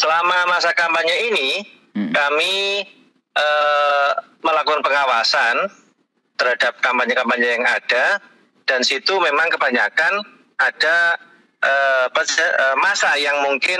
selama masa kampanye ini kami melakukan pengawasan terhadap kampanye-kampanye yang ada, dan situ memang kebanyakan ada masa yang mungkin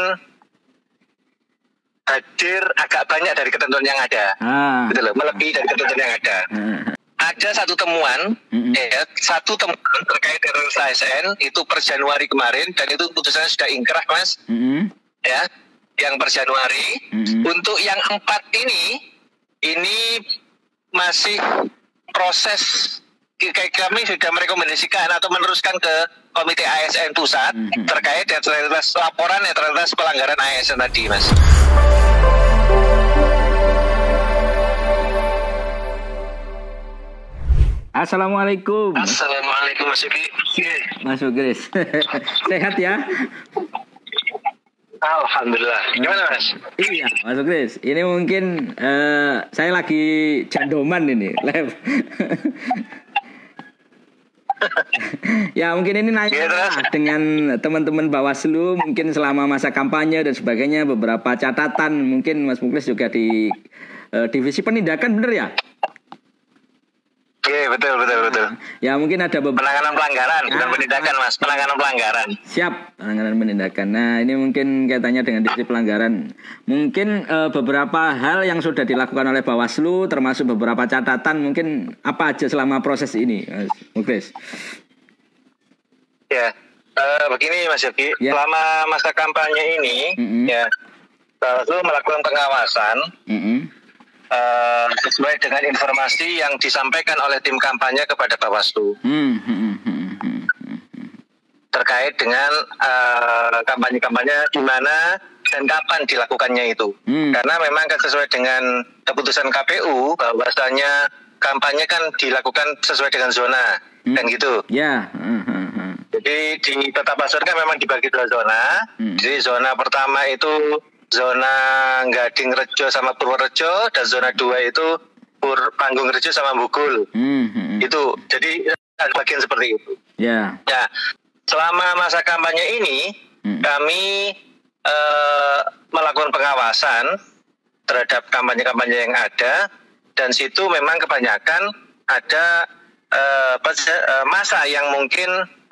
hadir agak banyak dari ketentuan yang ada, gitu loh, melebihi dari ketentuan yang ada. Ada satu temuan, satu temuan terkait RRS ASN itu per Januari kemarin, dan itu putusannya sudah ingkrah, Mas. Ya, yang per Januari. Untuk yang 4 ini masih proses. Kami sudah merekomendasikan atau meneruskan ke Komite ASN Pusat terkait netralitas laporan netralitas pelanggaran ASN tadi, Mas. Assalamualaikum. Assalamualaikum Mas Yuki. Mas Ugris. Sehat ya? Alhamdulillah. Gimana Mas? Iya Mas Ugris. Ini mungkin saya lagi jandoman ini live. Ya mungkin ini nanya dengan teman-teman Bawaslu mungkin selama masa kampanye dan sebagainya, beberapa catatan mungkin Mas Muklis juga di divisi penindakan, bener ya? Iya, betul. Ya mungkin ada penanganan pelanggaran, bukan penindakan Mas, penanganan pelanggaran. Siap, penanganan penindakan. Nah ini mungkin kaitannya dengan divisi pelanggaran. Mungkin beberapa hal yang sudah dilakukan oleh Bawaslu, termasuk beberapa catatan, mungkin apa aja selama proses ini, Mas Muklis? Ya, begini Mas Yogi, selama masa kampanye ini, ya Bawaslu melakukan pengawasan. Sesuai dengan informasi yang disampaikan oleh tim kampanye kepada Bawaslu terkait dengan kampanye-kampanye di mana dan kapan dilakukannya itu. Karena memang sesuai dengan keputusan KPU bahwasanya kampanye kan dilakukan sesuai dengan zona, kan gitu. Jadi di Kota-Pasuruan kan memang dibagi 2 zona. Jadi zona pertama itu zona Gading Rejo sama Purworejo, dan zona 2 itu Panggung Rejo sama Bugul. Itu jadi bagian seperti itu. Ya, selama masa kampanye ini kami melakukan pengawasan terhadap kampanye-kampanye yang ada, dan situ memang kebanyakan ada masa yang mungkin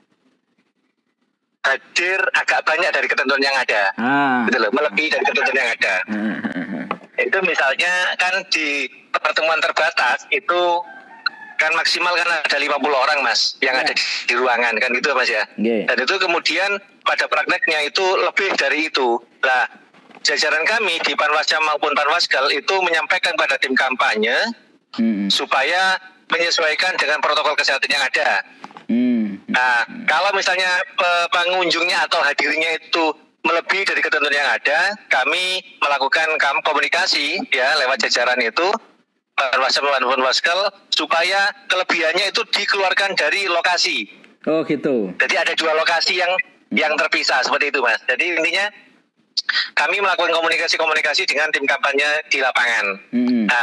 hadir agak banyak dari ketentuan yang ada, gitu loh, melebihi dari ketentuan yang ada. Itu misalnya kan di pertemuan terbatas itu kan maksimal kan ada 50 orang Mas yang ada di ruangan, kan gitu Mas ya. Dan itu kemudian pada prakteknya itu lebih dari itu. Nah, jajaran kami di Panwascam maupun Panwaskal itu menyampaikan pada tim kampanye supaya menyesuaikan dengan protokol kesehatan yang ada. Nah, kalau misalnya pengunjungnya atau hadirnya itu melebihi dari ketentuan yang ada, kami melakukan komunikasi ya lewat jajaran itu Panwascam dan Panwaskal supaya kelebihannya itu dikeluarkan dari lokasi. Oh gitu. Jadi ada 2 lokasi yang terpisah seperti itu Mas. Jadi intinya kami melakukan komunikasi dengan tim kampanye di lapangan. Nah,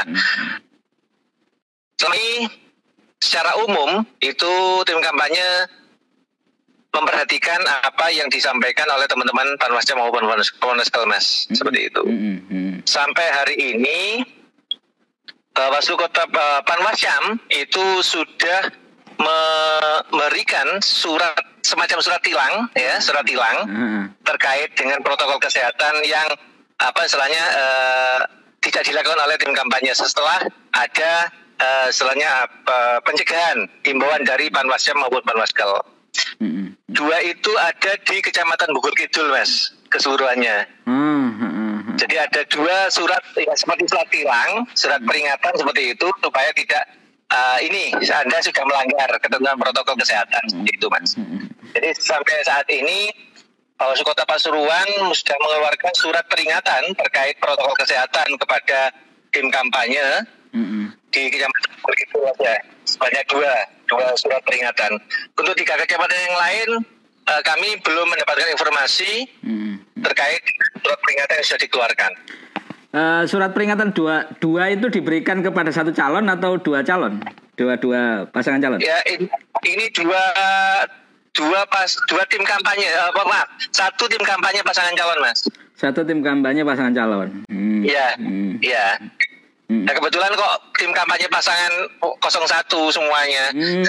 secara umum itu tim kampanye memperhatikan apa yang disampaikan oleh teman-teman Panwascam maupun Panwaskal Mas, seperti itu. Sampai hari ini Bawaslu Kota Panwascam itu sudah memberikan semacam surat tilang terkait dengan protokol kesehatan yang istilahnya tidak dilakukan oleh tim kampanye setelah ada pencegahan himbauan dari Panwascam maupun Panwaskal. 2 itu ada di Kecamatan Bogor Kidul Mas, keseluruhannya. Jadi ada 2 surat ya, seperti surat tilang, surat peringatan seperti itu supaya tidak Anda sudah melanggar ketentuan protokol kesehatan itu Mas. Jadi sampai saat ini Bawaslu Kota Pasuruan sudah mengeluarkan surat peringatan terkait protokol kesehatan kepada tim kampanye di Kecamatan Bogor Kidul aja. Sebanyak 2 surat peringatan. Untuk 3 kecamatan yang lain kami belum mendapatkan informasi terkait surat peringatan yang sudah dikeluarkan. Surat peringatan dua itu diberikan kepada 1 calon atau 2 calon? Dua pasangan calon? Ya, ini dua tim kampanye, 1 tim kampanye pasangan calon Mas. Satu tim kampanye pasangan calon. Iya, iya. Nah, kebetulan kok tim kampanye pasangan 01 semuanya.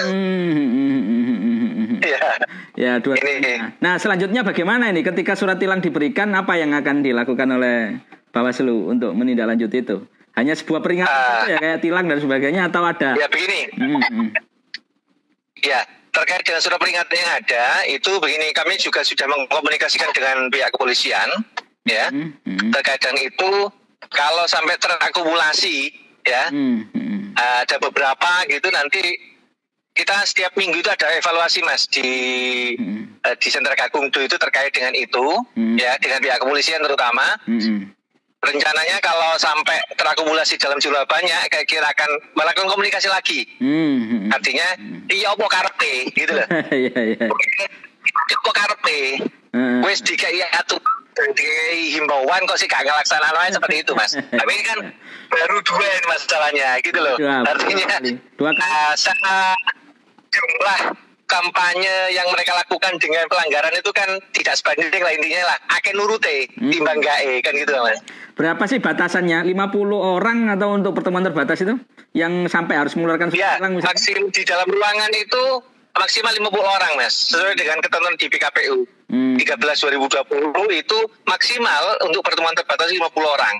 Ya, dua. Nah, selanjutnya bagaimana ini? Ketika surat tilang diberikan, apa yang akan dilakukan oleh Bawaslu untuk menindaklanjuti itu? Hanya sebuah peringatan ya, kayak tilang dan sebagainya, atau ada? Ya, begini. Ya, terkait dengan surat peringatan yang ada, itu begini, kami juga sudah mengkomunikasikan dengan pihak kepolisian, ya. Terkait dengan itu, kalau sampai terakumulasi, ya, ada beberapa gitu, nanti kita setiap minggu itu ada evaluasi, Mas, di Sentra Gakumdu itu terkait dengan itu, ya, dengan pihak kepolisian terutama. Rencananya kalau sampai terakumulasi dalam jumlah banyak, kayak kira akan melakukan komunikasi lagi. Artinya, iya apa karepe, gitu loh. Iya. Apa karepe, wes dikai aturan, dikai himbauan kok sih gak ngelaksanaan seperti itu, Mas. Tapi ini kan baru 2 ini masalahnya, gitu loh. Artinya, jumlah kampanye yang mereka lakukan dengan pelanggaran itu kan tidak sebanding lah, intinya lah akeh nurute timbang gae kan gitu, Mas. Berapa sih batasannya? 50 orang atau untuk pertemuan terbatas itu yang sampai harus mengeluarkan surat tilang? Maksimum di dalam ruangan itu maksimal 50 orang, Mas. Sesuai dengan ketentuan di PKPU 13/2020 itu maksimal untuk pertemuan terbatas 50 orang.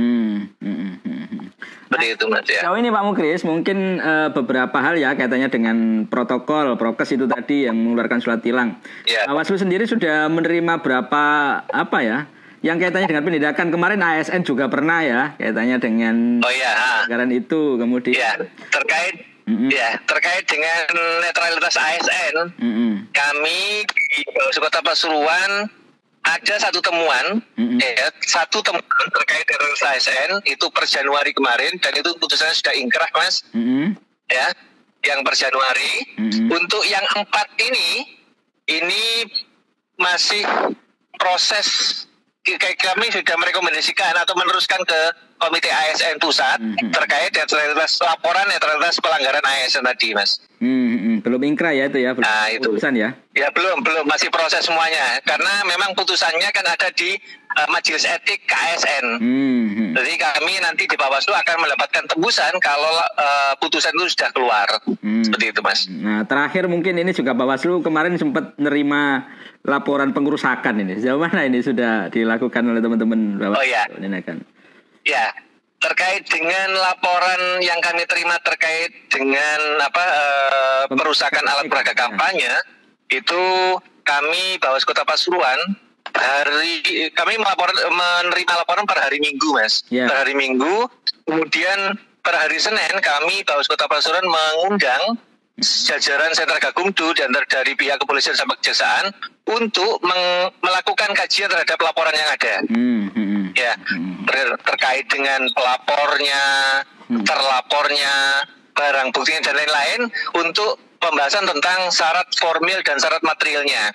Seperti itu, Mas, ya. Jauh ini Pak Mukris, mungkin beberapa hal ya kaitannya dengan protokol prokes itu tadi yang mengeluarkan surat tilang. Bawaslu sendiri sudah menerima berapa apa ya? Yang kaitannya dengan penindakan kemarin ASN juga pernah ya kaitannya dengan anggaran itu kemudian terkait dengan netralitas ASN kami di Kota Pasuruan ada satu temuan terkait netralitas ASN itu per Januari kemarin dan itu putusannya sudah ingkrah, Mas, ya, yang per Januari. Untuk yang 4 ini masih proses. Kami sudah merekomendasikan atau meneruskan ke Komite ASN Pusat terkait netralitas laporan netralitas pelanggaran ASN tadi, Mas. Belum ingkrah ya itu ya, belum putusan ya? Ya belum masih proses semuanya karena memang putusannya kan ada di Majelis Etik KASN. Jadi kami nanti di Bawaslu akan mendapatkan tembusan kalau putusan itu sudah keluar. Seperti itu, Mas. Nah, terakhir mungkin ini juga Bawaslu kemarin sempat nerima laporan pengerusakan ini. Sejauh mana ini sudah dilakukan oleh teman-teman Bawaslu? Ya, terkait dengan laporan yang kami terima terkait dengan perusakan alat peraga kampanye, itu kami Bawaslu Kota Pasuruan kami menerima laporan per hari Minggu, Mas. Per hari Minggu, kemudian per hari Senin kami Bawaslu Kota Pasuruan mengundang jajaran Sentra Gakumdu dan dari pihak kepolisian sampai kejaksaan untuk melakukan kajian terhadap laporan yang ada. Ya, terkait dengan pelapornya, terlapornya, barang buktinya dan lain-lain untuk pembahasan tentang syarat formil dan syarat materialnya.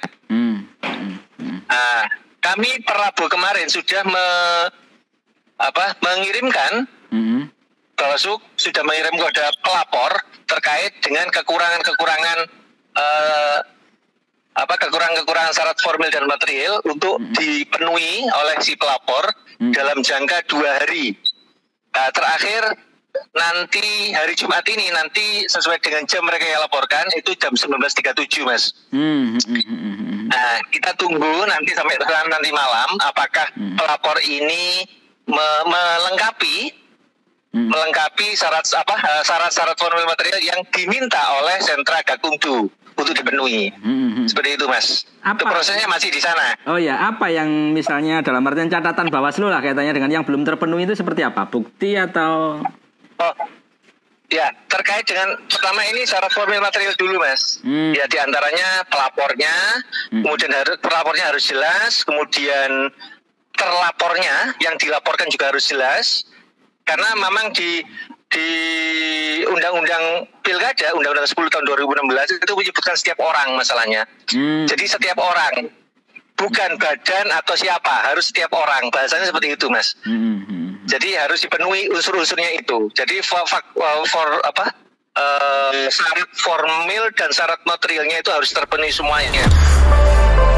Kami per Rabu kemarin sudah mengirimkan Bawaslu sudah mengirim kepada pelapor terkait dengan kekurangan-kekurangan syarat formil dan material untuk dipenuhi oleh si pelapor dalam jangka 2 hari. Terakhir nanti hari Jumat ini nanti sesuai dengan jam mereka yang laporkan itu jam 19.37, Mas. Nah, kita tunggu nanti sampai nanti malam apakah pelapor ini melengkapi syarat formil material yang diminta oleh Sentra Gakumdu untuk dipenuhi. Seperti itu, Mas. Itu prosesnya masih di sana. Oh ya, apa yang misalnya dalam artian catatan Bawaslu lah kaitannya dengan yang belum terpenuhi itu seperti apa? Bukti atau? Ya, terkait dengan pertama ini syarat formil material dulu, Mas. Ya, diantaranya pelapornya, kemudian pelapornya harus jelas, kemudian terlapornya yang dilaporkan juga harus jelas. Karena memang di Undang-Undang Pilkada, Undang-Undang 10 tahun 2016 itu menyebutkan setiap orang masalahnya. Jadi setiap orang, bukan badan atau siapa, harus setiap orang. Bahasanya seperti itu, Mas. Jadi harus dipenuhi unsur-unsurnya itu. Jadi syarat formil dan syarat materialnya itu harus terpenuhi semuanya.